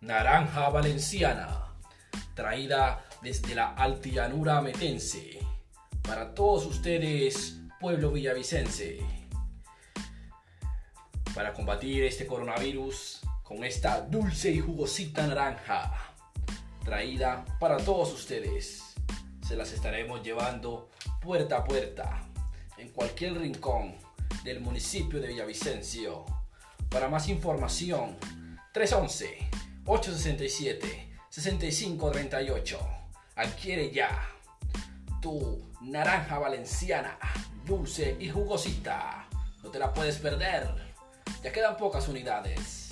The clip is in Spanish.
Naranja valenciana, traída desde la altillanura metense. Para todos ustedes, pueblo villavicense. Para combatir este coronavirus con esta dulce y jugosita naranja, traída para todos ustedes. Se las estaremos llevando puerta a puerta, en cualquier rincón del municipio de Villavicencio. Para más información, 311-867-6538. Adquiere ya tu naranja valenciana, dulce y jugosita. No te la puedes perder. Ya quedan pocas unidades.